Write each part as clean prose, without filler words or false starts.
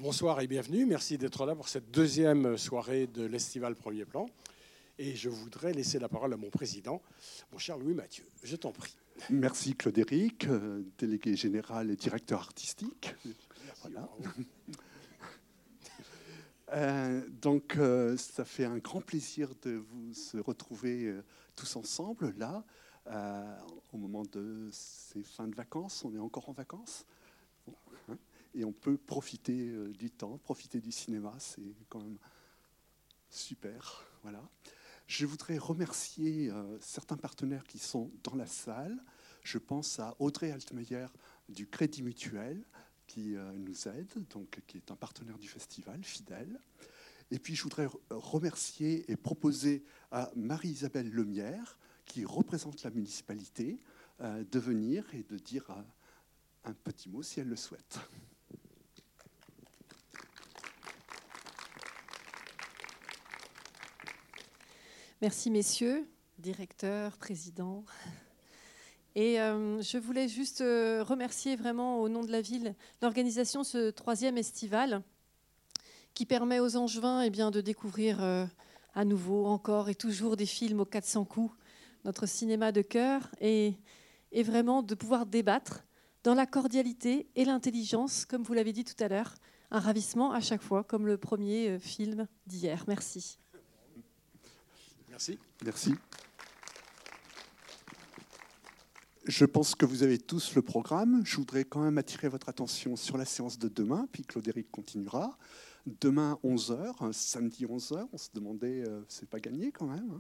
Bonsoir et bienvenue. Merci d'être là pour cette deuxième soirée de l'Estival Premier Plan. Et je voudrais laisser la parole à mon président, mon cher Louis Mathieu. Je t'en prie. Merci Claude-Éric, délégué général et directeur artistique. Voilà. Donc, ça fait un grand plaisir de vous se retrouver tous ensemble, là, au moment de ces fins de vacances. On est encore en vacances. Bon, hein, et on peut profiter du temps, profiter du cinéma. C'est quand même super. Voilà. Je voudrais remercier certains partenaires qui sont dans la salle. Je pense à Audrey Altmeyer du Crédit Mutuel qui nous aide, donc, qui est un partenaire du festival, fidèle. Et puis je voudrais remercier et proposer à Marie-Isabelle Lemierre, qui représente la municipalité, de venir et de dire un petit mot si elle le souhaite. Merci messieurs, directeur, président. Et je voulais juste remercier vraiment au nom de la ville l'organisation de ce 3e estival qui permet aux Angevins de découvrir à nouveau, encore et toujours des films aux 400 coups, notre cinéma de cœur, et vraiment de pouvoir débattre dans la cordialité et l'intelligence, comme vous l'avez dit tout à l'heure, un ravissement à chaque fois, comme le premier film d'hier. Merci. Merci. Merci. Je pense que vous avez tous le programme. Je voudrais quand même attirer votre attention sur la séance de demain, puis Claude-Éric continuera. Demain, 11h, samedi 11h, on se demandait, c'est pas gagné quand même.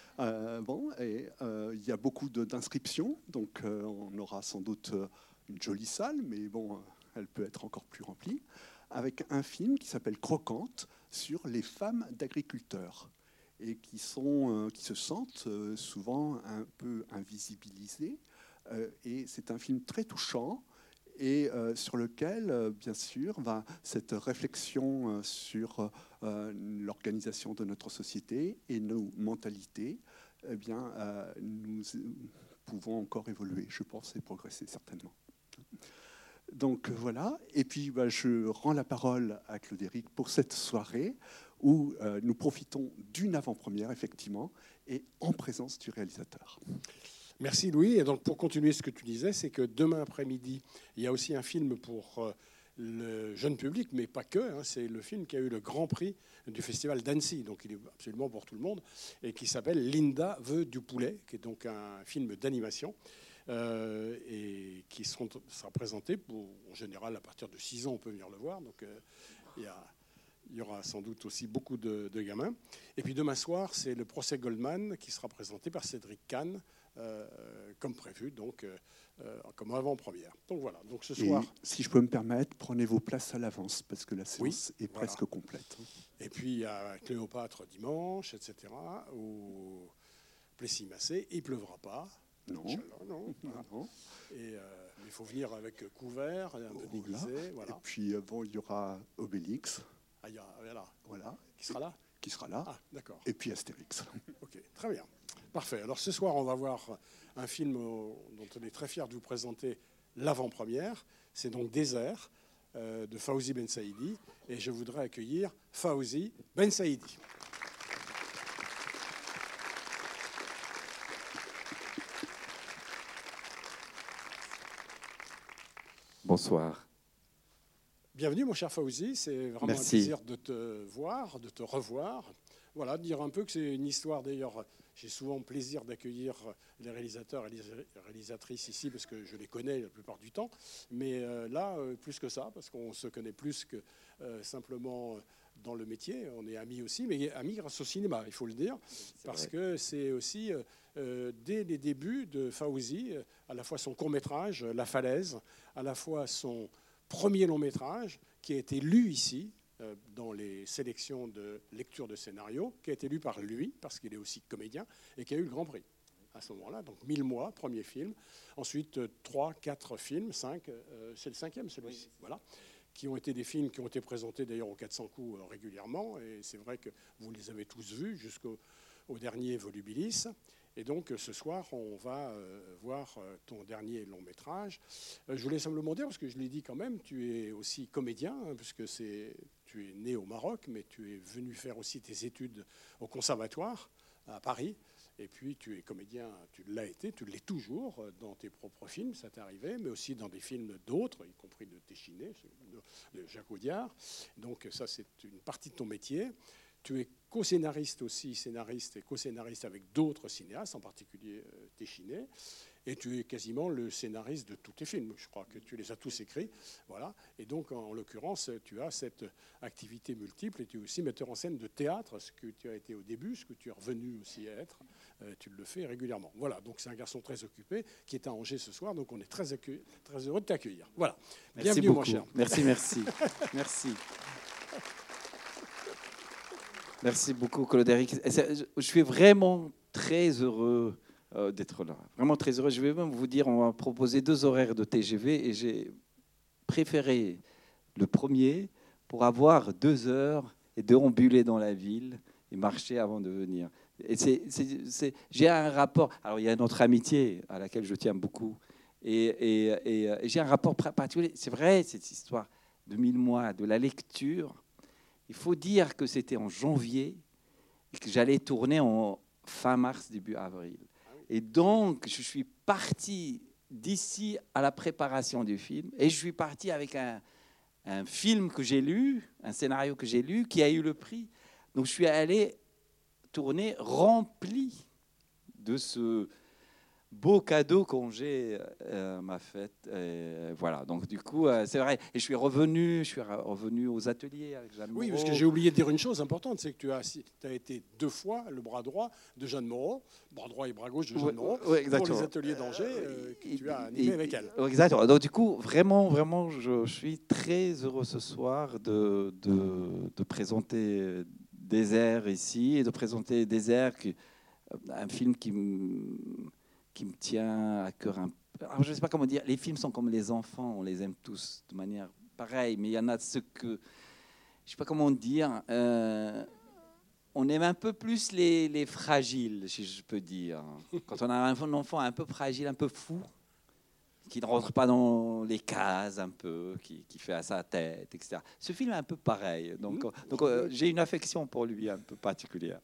Il y a beaucoup d'inscriptions, donc on aura sans doute une jolie salle, mais bon, elle peut être encore plus remplie, avec un film qui s'appelle Croquante sur les femmes d'agriculteurs, et qui se sentent souvent un peu invisibilisées. Et c'est un film très touchant et sur lequel, bien sûr, cette réflexion sur l'organisation de notre société et nos mentalités, nous pouvons encore évoluer, je pense, et progresser certainement. Donc voilà, et puis je rends la parole à Claude-Éric pour cette soirée où nous profitons d'une avant-première, effectivement, et en présence du réalisateur. Merci Louis. Et donc pour continuer ce que tu disais, c'est que demain après-midi, il y a aussi un film pour le jeune public, mais pas que. Hein, c'est le film qui a eu le grand prix du festival d'Annecy, donc il est absolument pour tout le monde, et qui s'appelle Linda veut du poulet, qui est donc un film d'animation. Et qui sera présenté en général à partir de 6 ans, on peut venir le voir. Donc il y aura sans doute aussi beaucoup de gamins. Et puis demain soir, c'est le procès Goldman qui sera présenté par Cédric Kahn, comme prévu, donc comme avant-première. Donc voilà. Donc ce soir. Et si je peux me permettre, prenez vos places à l'avance parce que la séance est presque complète. Et puis il y a Cléopâtre dimanche, etc. Au Plessis-Massé, il pleuvra pas. Non. Non. Non. Et il faut venir avec couvert, un peu déguisé. Voilà. Et puis il y aura Obélix. Voilà. Qui sera là. Qui sera là. Ah, d'accord. Et puis Astérix. Ok, très bien. Parfait. Alors ce soir, on va voir un film dont on est très fiers de vous présenter l'avant-première. C'est donc Désert de Fawzi Ben Saïdi. Et je voudrais accueillir Fawzi Ben Saïdi. Bonsoir. Bienvenue, mon cher Fawzi. C'est vraiment un plaisir de te voir, de te revoir. Voilà, de dire un peu que c'est une histoire. D'ailleurs, j'ai souvent plaisir d'accueillir les réalisateurs et les réalisatrices ici parce que je les connais la plupart du temps. Mais là, plus que ça, parce qu'on se connaît plus que simplement dans le métier. On est amis aussi, mais amis grâce au cinéma, il faut le dire. Parce que c'est aussi, dès les débuts de Fawzi, à la fois son court-métrage, La Falaise, à la fois son premier long-métrage qui a été lu ici, dans les sélections de lecture de scénario, qui a été lu par lui, parce qu'il est aussi comédien, et qui a eu le Grand Prix à ce moment-là. Donc 1000 mois, premier film. Ensuite, 3, 4 films, 5, c'est le 5e celui-ci, voilà, qui ont été des films qui ont été présentés d'ailleurs aux 400 coups régulièrement, et c'est vrai que vous les avez tous vus jusqu'au dernier Volubilis. Et donc, ce soir, on va voir ton dernier long métrage. Je voulais simplement dire, parce que je l'ai dit quand même, tu es aussi comédien, hein, puisque tu es né au Maroc, mais tu es venu faire aussi tes études au conservatoire à Paris. Et puis, tu es comédien, tu l'as été, tu l'es toujours dans tes propres films, ça t'est arrivé, mais aussi dans des films d'autres, y compris de Téchiné, de Jacques Audiard. Donc, ça, c'est une partie de ton métier. Tu es co-scénariste aussi, scénariste et co-scénariste avec d'autres cinéastes, en particulier Téchiné. Et tu es quasiment le scénariste de tous tes films. Je crois que tu les as tous écrits. Voilà. Et donc, en l'occurrence, tu as cette activité multiple et tu es aussi metteur en scène de théâtre, ce que tu as été au début, ce que tu es revenu aussi à être. Tu le fais régulièrement. Voilà. Donc, c'est un garçon très occupé qui est à Angers ce soir. Donc, on est très heureux de t'accueillir. Voilà. Merci Bienvenue, beaucoup. mon cher. Merci. Merci. Merci beaucoup, Claude Éric. Je suis vraiment très heureux d'être là. Vraiment très heureux. Je vais même vous dire, on m'a proposé 2 horaires de TGV et j'ai préféré le premier pour avoir 2 heures et déambuler dans la ville et marcher avant de venir. Et j'ai un rapport. Alors, il y a notre amitié à laquelle je tiens beaucoup. Et j'ai un rapport particulier. C'est vrai, cette histoire de 1000 mois, de la lecture. Il faut dire que c'était en janvier et que j'allais tourner en fin mars, début avril. Et donc, je suis parti d'ici à la préparation du film. Et je suis parti avec un film que j'ai lu, un scénario que j'ai lu, qui a eu le prix. Donc, je suis allé tourner rempli de ce beau cadeau qu'Angers m'a fait. Voilà, donc du coup, c'est vrai. Et je suis revenu aux ateliers avec Jeanne Moreau. Oui, parce que j'ai oublié de dire une chose importante, c'est que tu as été 2 fois le bras droit de Jeanne Moreau, bras droit et bras gauche de Jeanne Moreau, pour les ateliers d'Angers que tu as animés avec elle. Exactement. Donc du coup, vraiment, je suis très heureux ce soir de présenter Désert ici et de présenter Désert, un film qui me tient à cœur. Alors, je ne sais pas comment dire, les films sont comme les enfants, on les aime tous de manière pareille, mais il y en a ceux que, je ne sais pas comment dire, on aime un peu plus les fragiles, si je peux dire. Quand on a un enfant un peu fragile, un peu fou, qui ne rentre pas dans les cases un peu, qui fait à sa tête, etc. Ce film est un peu pareil, donc j'ai une affection pour lui un peu particulière.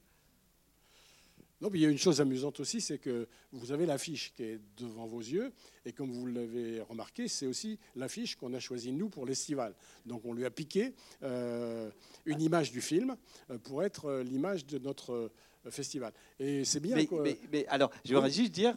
Non, mais il y a une chose amusante aussi, c'est que vous avez l'affiche qui est devant vos yeux, et comme vous l'avez remarqué, c'est aussi l'affiche qu'on a choisie, nous, pour l'Estival. Donc on lui a piqué une image du film pour être l'image de notre festival. Et c'est bien. Mais alors, je voudrais juste dire,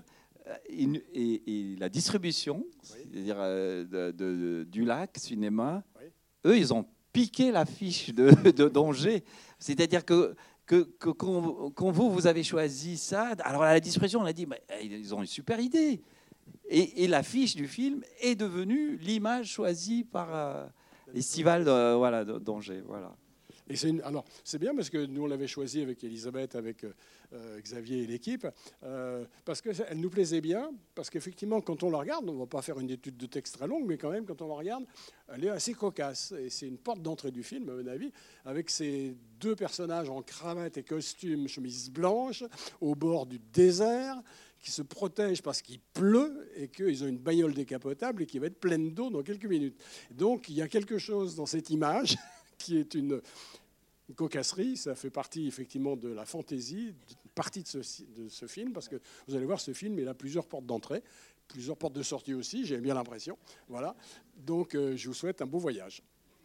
et la distribution, c'est-à-dire du Lac Cinéma, eux, ils ont piqué l'affiche d'Angers. C'est-à-dire que quand vous avez choisi ça, alors à la distribution, on a dit, ils ont une super idée. Et l'affiche du film est devenue l'image choisie par l'Estival d'Angers. Voilà. Et alors, c'est bien parce que nous, on l'avait choisi avec Elisabeth, avec Xavier et l'équipe, parce qu'elle nous plaisait bien, parce qu'effectivement, quand on la regarde, on ne va pas faire une étude de texte très longue, mais quand même, quand on la regarde, elle est assez cocasse. Et c'est une porte d'entrée du film, à mon avis, avec ces 2 personnages en cravate et costume, chemise blanche, au bord du désert, qui se protègent parce qu'il pleut et qu'ils ont une bagnole décapotable et qui va être pleine d'eau dans quelques minutes. Donc, il y a quelque chose dans cette image qui est une cocasserie. Ça fait partie effectivement de la fantaisie, une partie de ce film, parce que vous allez voir, ce film, il a plusieurs portes d'entrée, plusieurs portes de sortie aussi, j'ai bien l'impression. Voilà. Donc, je vous souhaite un beau voyage.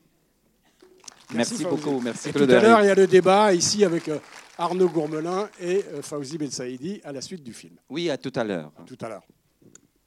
Merci beaucoup. Merci, Claude. Tout à l'heure, il y a le débat ici avec Arnaud Gourmelin et Fawzi Ben Saïdi à la suite du film. Oui, à tout à l'heure. À tout à l'heure.